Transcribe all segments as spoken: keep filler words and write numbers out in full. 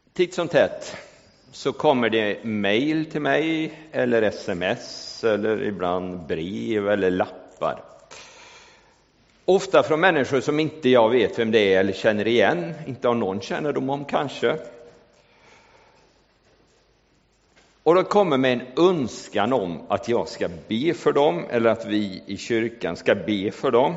Titt som tätt så kommer det mejl till mig eller sms eller ibland brev eller lappar. Ofta från människor som inte jag vet vem det är eller känner igen, inte har någon kännedom om kanske. Och de kommer med en önskan om att jag ska be för dem eller att vi i kyrkan ska be för dem.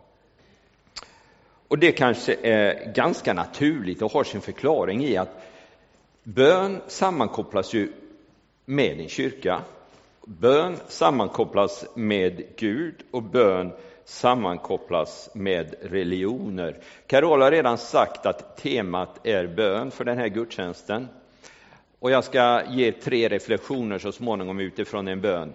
Och det kanske är ganska naturligt och har sin förklaring i att bön sammankopplas ju med en kyrka. Bön sammankopplas med Gud och bön sammankopplas med religioner. Carola har redan sagt att temat är bön för den här gudstjänsten. Och jag ska ge tre reflektioner så småningom utifrån en bön.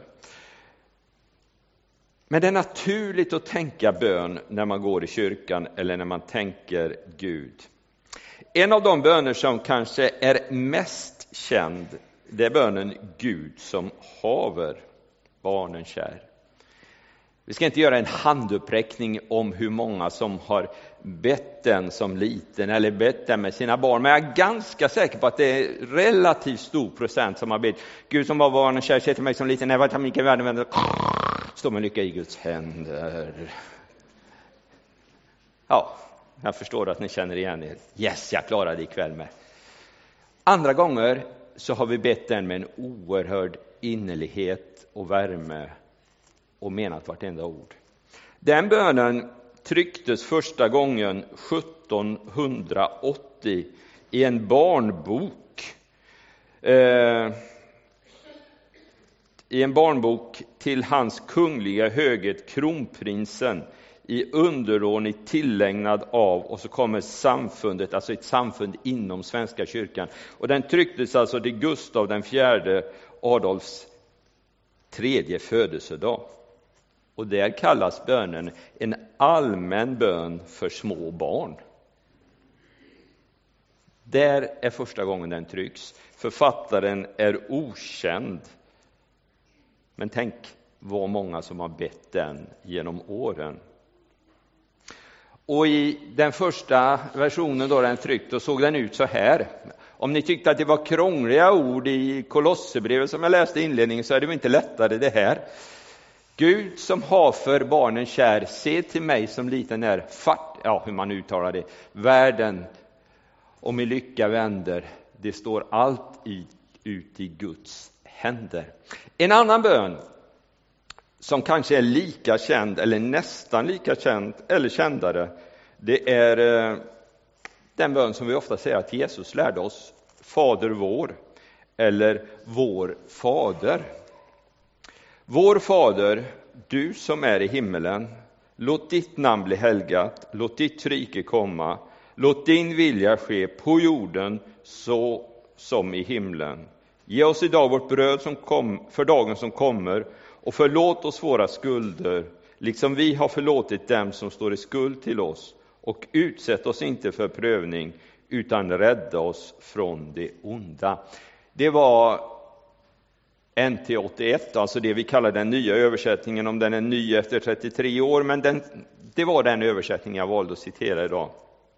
Men det är naturligt att tänka bön när man går i kyrkan eller när man tänker Gud. En av de böner som kanske är mest känd, det är bönen Gud som haver barnen kär. Vi ska inte göra en handuppräckning om hur många som har bett den som liten eller bett den med sina barn. Men jag är ganska säker på att det är relativt stor procent som har bett Gud som var barnen kär, säg till mig som liten, när jag var mycket världen vände, står med lycka i Guds händer. Ja, jag förstår att ni känner igen er. Yes, jag klarade det ikväll med. Andra gånger så har vi bett den med en oerhörd innerlighet och värme och menat vartenda ord. Den bönen trycktes första gången sjuttonhundraåttio i en barnbok. Eh, I en barnbok till hans kungliga höghet kronprinsen i underordning tillägnad av, och så kommer samfundet, alltså ett samfund inom Svenska kyrkan. Och den trycktes alltså till Gustav den fjärde Adolfs tredje födelsedag. Och där kallas bönen en allmän bön för små barn. Där är första gången den trycks. Författaren är okänd. Men tänk vad många som har bett den genom åren. Och i den första versionen då den tryckt, då såg den ut så här. Om ni tyckte att det var krångliga ord i Kolosserbrevet som jag läste i inledningen, så är det inte lättare det här. Gud som har för barnen kär, se till mig som liten är fart, ja hur man uttalar det, världen och med lycka vänder, det står allt i, ut i Guds händer. En annan bön som kanske är lika känd eller nästan lika känd eller kändare, det är eh, den bön som vi ofta säger att Jesus lärde oss, Fader vår eller vår Fader. Vår Fader, du som är i himmelen, låt ditt namn bli helgat, låt ditt rike komma, låt din vilja ske på jorden så som i himlen. Ge oss idag vårt bröd som kom, för dagen som kommer, och förlåt oss våra skulder, liksom vi har förlåtit dem som står i skuld till oss, och utsätt oss inte för prövning, utan rädda oss från det onda. Det var N T åttioett, alltså det vi kallar den nya översättningen, om den är ny efter trettiotre år, men den, det var den översättning jag valde att citera idag.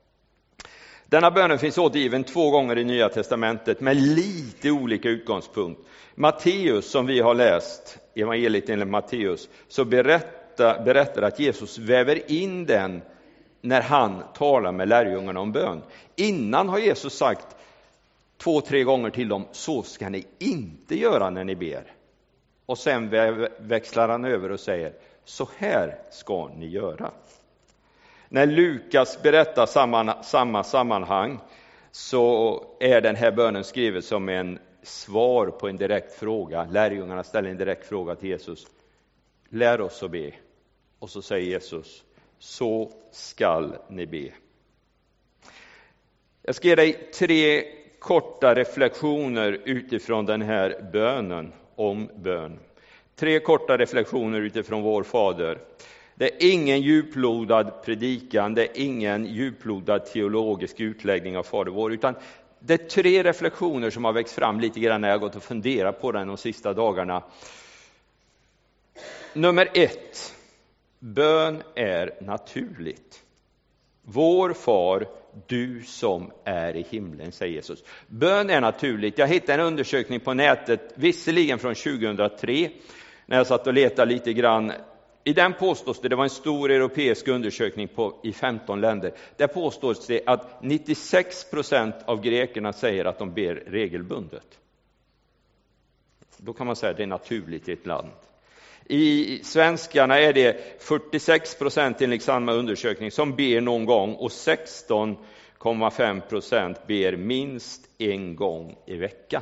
Denna bönen finns återgiven två gånger i Nya testamentet med lite olika utgångspunkt. Matteus, som vi har läst, evangeliet enligt Matteus, så berättar, berättar att Jesus väver in den när han talar med lärjungarna om bön. Innan har Jesus sagt två, tre gånger till dem, så ska ni inte göra när ni ber. Och sen växlar han över och säger, så här ska ni göra. När Lukas berättar samma, samma sammanhang, så är den här bönen skriven som en svar på en direkt fråga. Lärjungarna ställer en direkt fråga till Jesus. Lär oss att be. Och så säger Jesus, så skall ni be. Jag ska ge dig tre korta reflektioner utifrån den här bönen om bön. Tre korta reflektioner utifrån vår Fader. Det är ingen djuplodad predikan, det är ingen djuplodad teologisk utläggning av Fader vår, utan det är tre reflektioner som har växt fram lite grann när jag gått och funderat på den de sista dagarna. Nummer ett, bön är naturligt. Vår far, du som är i himlen, säger Jesus. Bön är naturligt. Jag hittade en undersökning på nätet, visserligen från tjugohundratre, när jag satt och letade lite grann. I den påstås det, det var en stor europeisk undersökning på, i femton länder. Där påstås det att nittiosex procent av grekerna säger att de ber regelbundet. Då kan man säga att det är naturligt i ett land. I svenskarna är det fyrtiosex procent enligt samma undersökning som ber någon gång, och sexton komma fem procent ber minst en gång i veckan.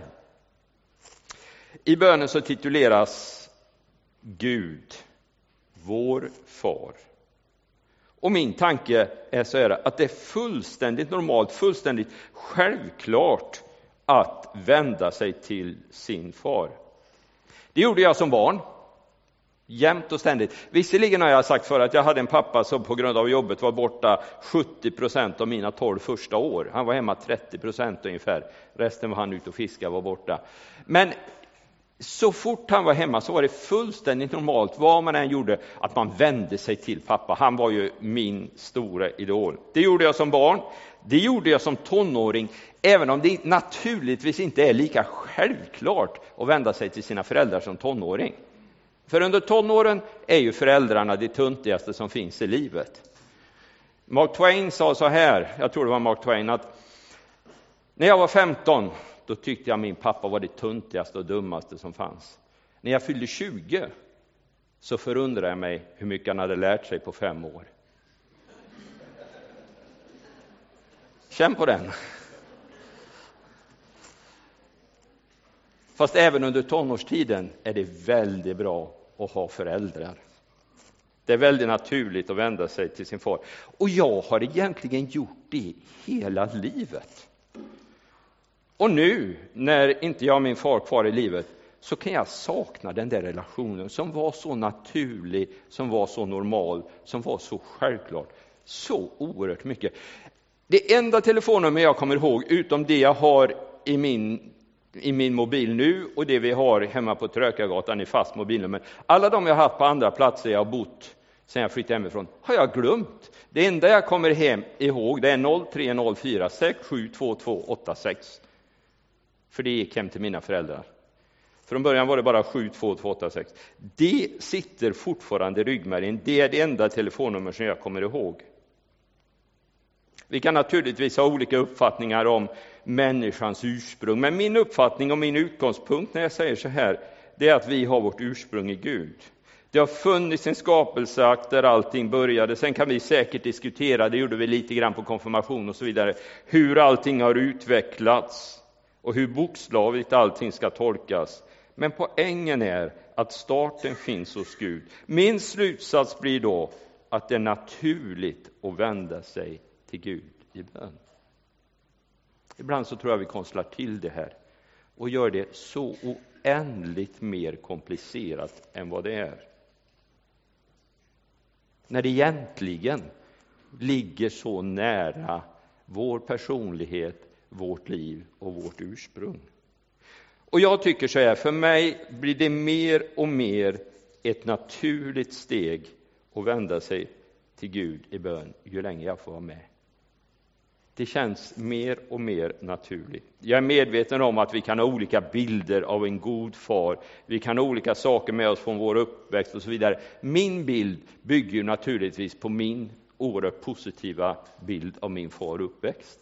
I bönen så tituleras Gud, vår far. Och min tanke är så här, att det är fullständigt normalt, fullständigt självklart att vända sig till sin far. Det gjorde jag som barn. Jämt och ständigt. Visserligen har jag sagt för att jag hade en pappa som på grund av jobbet var borta sjuttio procent av mina tolv första år. Han var hemma trettio procent ungefär. Resten var han ute och fiskade, var borta. Men så fort han var hemma så var det fullständigt normalt, vad man än gjorde, att man vände sig till pappa. Han var ju min stora idol. Det gjorde jag som barn. Det gjorde jag som tonåring. Även om det naturligtvis inte är lika självklart att vända sig till sina föräldrar som tonåring. För under tonåren är ju föräldrarna det tuntigaste som finns i livet. Mark Twain sa så här, jag tror det var Mark Twain, att när jag var femton, då tyckte jag min pappa var det tuntigaste och dummaste som fanns. När jag fyllde tjugo så förundrade jag mig hur mycket han hade lärt sig på fem år. Känn på den. Fast även under tonårstiden är det väldigt bra att ha föräldrar. Det är väldigt naturligt att vända sig till sin far. Och jag har egentligen gjort det hela livet. Och nu, när inte jag har min far kvar i livet, så kan jag sakna den där relationen som var så naturlig, som var så normal, som var så självklart. Så oerhört mycket. Det enda telefonnummer jag kommer ihåg, utom det jag har i min i min mobil nu och det vi har hemma på Trökagatan i fast mobilnummer. Alla de jag har haft på andra platser jag har bott sedan jag flyttade hemifrån har jag glömt. Det enda jag kommer hem ihåg, det är noll tre noll fyra sex sju två två åtta sex. För det gick hem till mina föräldrar. Från början var det bara sju två två åtta sex. Det sitter fortfarande i ryggmärgen. Det är det enda telefonnummer som jag kommer ihåg. Vi kan naturligtvis ha olika uppfattningar om människans ursprung. Men min uppfattning och min utgångspunkt när jag säger så här, det är att vi har vårt ursprung i Gud. Det har funnits en skapelseakt där allting började. Sen kan vi säkert diskutera, det gjorde vi lite grann på konfirmation och så vidare, hur allting har utvecklats och hur bokstavligt allting ska tolkas. Men poängen är att starten finns hos Gud. Min slutsats blir då att det är naturligt att vända sig till Gud i bön. Ibland så tror jag vi konstlar till det här och gör det så oändligt mer komplicerat än vad det är. När det egentligen ligger så nära vår personlighet, vårt liv och vårt ursprung. Och jag tycker så här, för mig blir det mer och mer ett naturligt steg att vända sig till Gud i bön ju längre jag får vara med. Det känns mer och mer naturligt. Jag är medveten om att vi kan ha olika bilder av en god far. Vi kan ha olika saker med oss från vår uppväxt och så vidare. Min bild bygger ju naturligtvis på min oerhört positiva bild av min far uppväxt.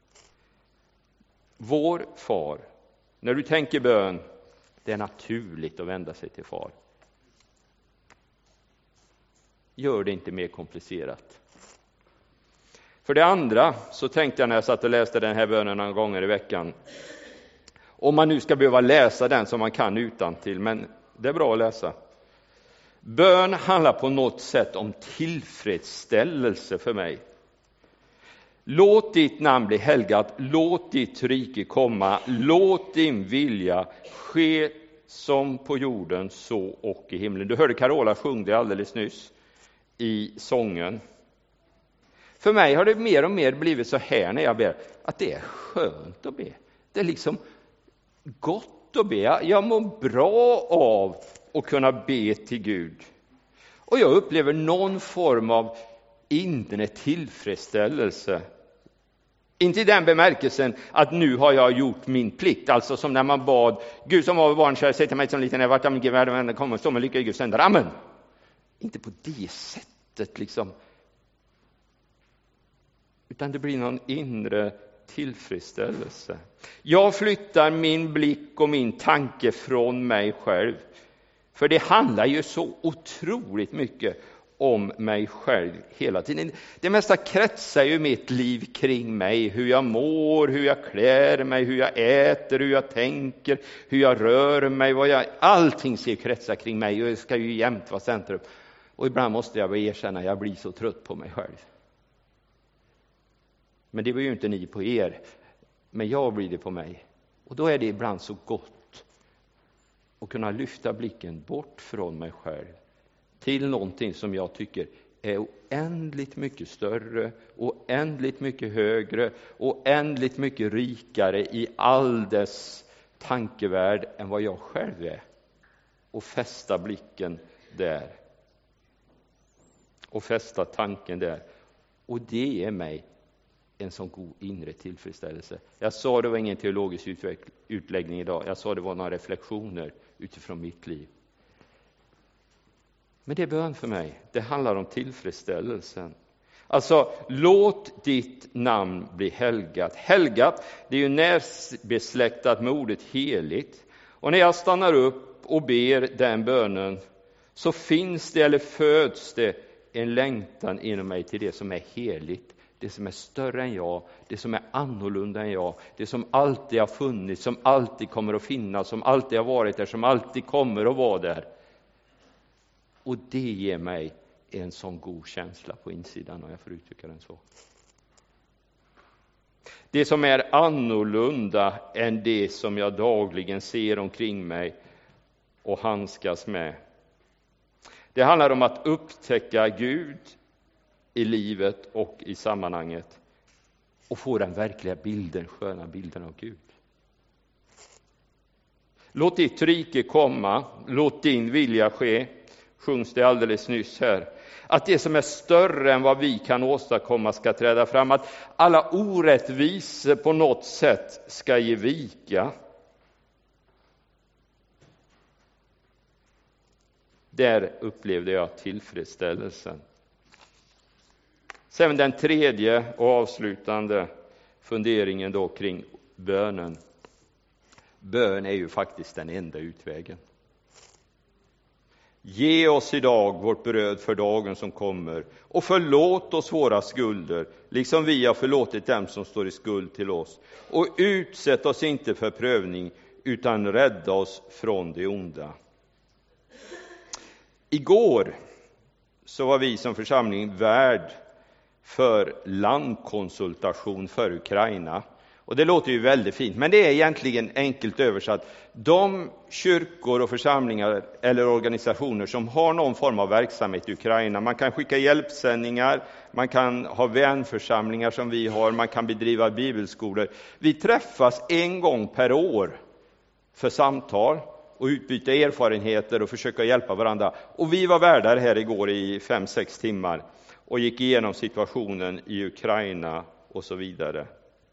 Vår far. När du tänker bön, det är naturligt att vända sig till far. Gör det inte mer komplicerat. För det andra så tänkte jag när jag satt och läste den här bönen några gånger i veckan. Om man nu ska behöva läsa den som man kan utan till, men det är bra att läsa. Bön handlar på något sätt om tillfredsställelse för mig. Låt ditt namn bli helgat, låt ditt rike komma, låt din vilja ske som på jorden så och i himlen. Du hörde Carola sjunga det alldeles nyss i sången. För mig har det mer och mer blivit så här när jag ber, att det är skönt att be. Det är liksom gott att be. Jag mår bra av att kunna be till Gud. Och jag upplever någon form av inre tillfredsställelse. Inte i den bemärkelsen att nu har jag gjort min plikt. Alltså som när man bad Gud som var barnkär, säg till mig som liten när jag varit mycket värd och vänner kommer och stå med lycka i Guds händer. Amen. Inte på det sättet liksom. Utan det blir någon inre tillfredsställelse. Jag flyttar min blick och min tanke från mig själv. För det handlar ju så otroligt mycket om mig själv hela tiden. Det mesta kretsar ju mitt liv kring mig. Hur jag mår, hur jag klär mig, hur jag äter, hur jag tänker, hur jag rör mig. Vad jag, allting ser kretsa kring mig och jag ska ju jämt vara centrum. Och ibland måste jag erkänna att jag blir så trött på mig själv. Men det blir ju inte ni på er. Men jag blir det på mig. Och då är det ibland så gott att kunna lyfta blicken bort från mig själv till någonting som jag tycker är oändligt mycket större, oändligt mycket högre, oändligt mycket rikare i all dess tankevärld än vad jag själv är. Och fästa blicken där. Och fästa tanken där. Och det är mig en sån god inre tillfredsställelse. Jag sa det var ingen teologisk utläggning idag. Jag sa det var några reflektioner utifrån mitt liv. Men det är bön för mig. Det handlar om tillfredsställelsen. Alltså, låt ditt namn bli helgat. Helgat, det är ju närbesläktat med ordet heligt. Och när jag stannar upp och ber den bönen så finns det eller föds det en längtan inom mig till det som är heligt. Det som är större än jag, det som är annorlunda än jag, det som alltid har funnits, som alltid kommer att finnas, som alltid har varit där, som alltid kommer att vara där. Och det ger mig en sån god känsla på insidan, om jag får uttrycka den så. Det som är annorlunda än det som jag dagligen ser omkring mig och handskas med. Det handlar om att upptäcka Gud i livet och i sammanhanget och få den verkliga bilden, sköna bilden av Gud. Låt ditt rike komma, låt din vilja ske, sjungs det alldeles nyss här. Att det som är större än vad vi kan åstadkomma ska träda fram, att alla orättvisor på något sätt ska ge vika. Där upplevde jag tillfredsställelsen. Sen den tredje och avslutande funderingen då kring bönen. Bön är ju faktiskt den enda utvägen. Ge oss idag vårt bröd för dagen som kommer och förlåt oss våra skulder, liksom vi har förlåtit dem som står i skuld till oss. Och utsätt oss inte för prövning, utan rädda oss från det onda. Igår så var vi som församling värd för landkonsultation för Ukraina. Och det låter ju väldigt fint, men det är egentligen enkelt översatt. De kyrkor och församlingar eller organisationer som har någon form av verksamhet i Ukraina, man kan skicka hjälpsändningar, man kan ha vänförsamlingar som vi har, man kan bedriva bibelskolor. Vi träffas en gång per år för samtal och utbyta erfarenheter och försöka hjälpa varandra. Och vi var värdar här igår i fem sex timmar och gick igenom situationen i Ukraina och så vidare.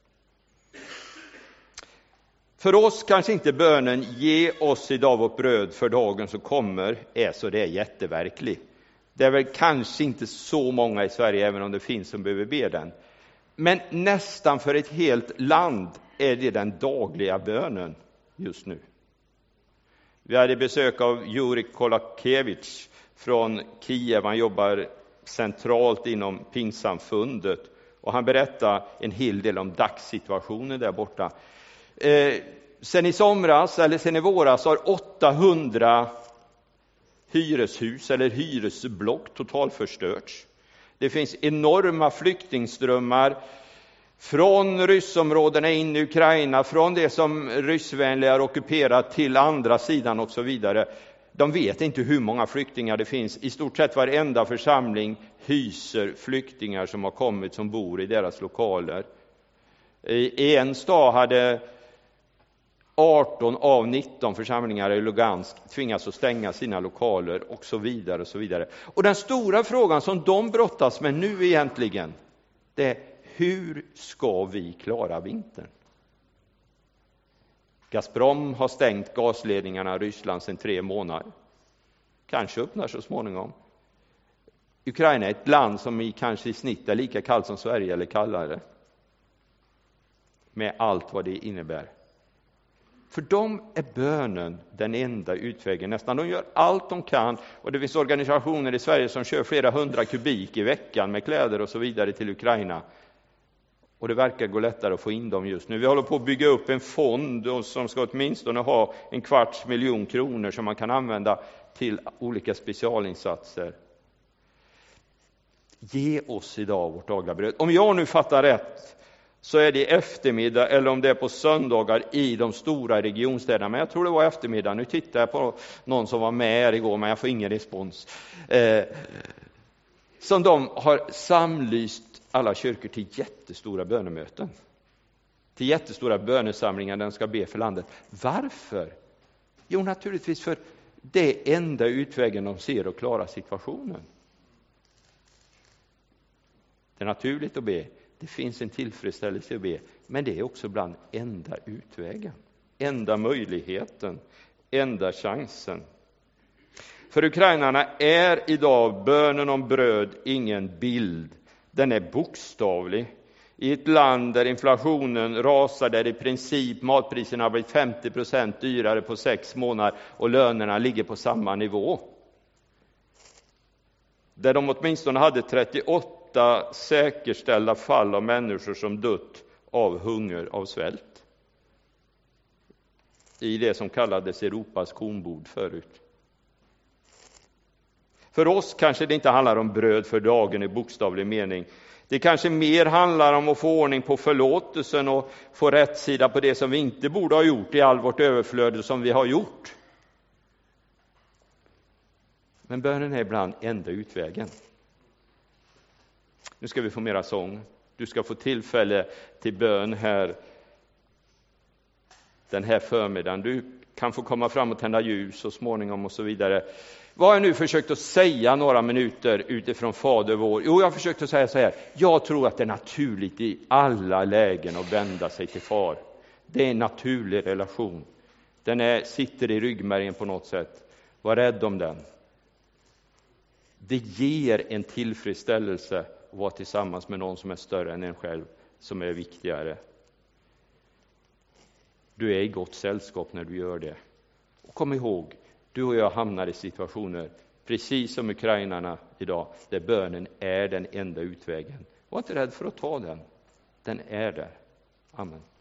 För oss kanske inte bönen ge oss idag vårt bröd för dagen som kommer är så det är jätteverklig. Det är väl kanske inte så många i Sverige, även om det finns som behöver be den. Men nästan för ett helt land är det den dagliga bönen just nu. Vi hade besök av Juri Kolakevich från Kiev. Han jobbar centralt inom Pingsamfundet. Och han berättar en hel del om dagssituationen där borta. Eh, sen i somras, eller sen i våras, har åttahundra hyreshus eller hyresblock totalförstörts. Det finns enorma flyktingströmmar från ryssområdena in i Ukraina, från det som ryssvänliga har ockuperat till andra sidan och så vidare. De vet inte hur många flyktingar det finns. I stort sett varenda församling hyser flyktingar som har kommit, som bor i deras lokaler. I en stad hade arton av nitton församlingar i Lugansk tvingas att stänga sina lokaler och så vidare och så vidare. Och den stora frågan som de brottas med nu egentligen, det är hur ska vi klara vintern? Gazprom har stängt gasledningarna i Ryssland sedan tre månader. Kanske öppnar så småningom. Ukraina är ett land som i kanske i snitt är lika kallt som Sverige eller kallare. Med allt vad det innebär. För dem är bönen den enda utvägen. Nästan de gör allt de kan. Och det finns organisationer i Sverige som kör flera hundra kubik i veckan med kläder och så vidare till Ukraina. Och det verkar gå lättare att få in dem just nu. Vi håller på att bygga upp en fond som ska åtminstone ha en kvarts miljon kronor som man kan använda till olika specialinsatser. Ge oss idag vårt dagliga bröd. Om jag nu fattar rätt så är det eftermiddag eller om det är på söndagar i de stora regionstäderna. Men jag tror det var eftermiddag. Nu tittar jag på någon som var med här igår men jag får ingen respons. Eh, som de har samlyst alla kyrkor till jättestora bönemöten. Till jättestora bönesamlingar där de ska be för landet. Varför? Jo, naturligtvis för det enda utvägen de ser att klara situationen. Det är naturligt att be. Det finns en tillfredsställelse att be. Men det är också bland enda utvägen. Enda möjligheten. Enda chansen. För ukrainarna är idag bönen om bröd ingen bild. Den är bokstavlig. I ett land där inflationen rasar, där i princip matpriserna har blivit femtio procent dyrare på sex månader och lönerna ligger på samma nivå. Där de åtminstone hade trettioåtta säkerställda fall av människor som dött av hunger, av svält. I det som kallades Europas kornbod förut. För oss kanske det inte handlar om bröd för dagen i bokstavlig mening. Det kanske mer handlar om att få ordning på förlåtelsen och få rätt sida på det som vi inte borde ha gjort i all vårt överflöd som vi har gjort. Men bönen är ibland enda utvägen. Nu ska vi få mera sång. Du ska få tillfälle till bön här den här förmiddagen. Du kan få komma fram och tända ljus så småningom och så vidare. Vad har jag nu försökt att säga några minuter utifrån Fader vår? Jo, jag har försökt att säga så här. Jag tror att det är naturligt i alla lägen att vända sig till far. Det är en naturlig relation. Den är, sitter i ryggmärgen på något sätt. Var rädd om den. Det ger en tillfredsställelse att vara tillsammans med någon som är större än en själv, som är viktigare. Du är i gott sällskap när du gör det. Och kom ihåg, du och jag hamnar i situationer, precis som ukrainarna idag, där bönen är den enda utvägen. Var inte rädd för att ta den. Den är där. Amen.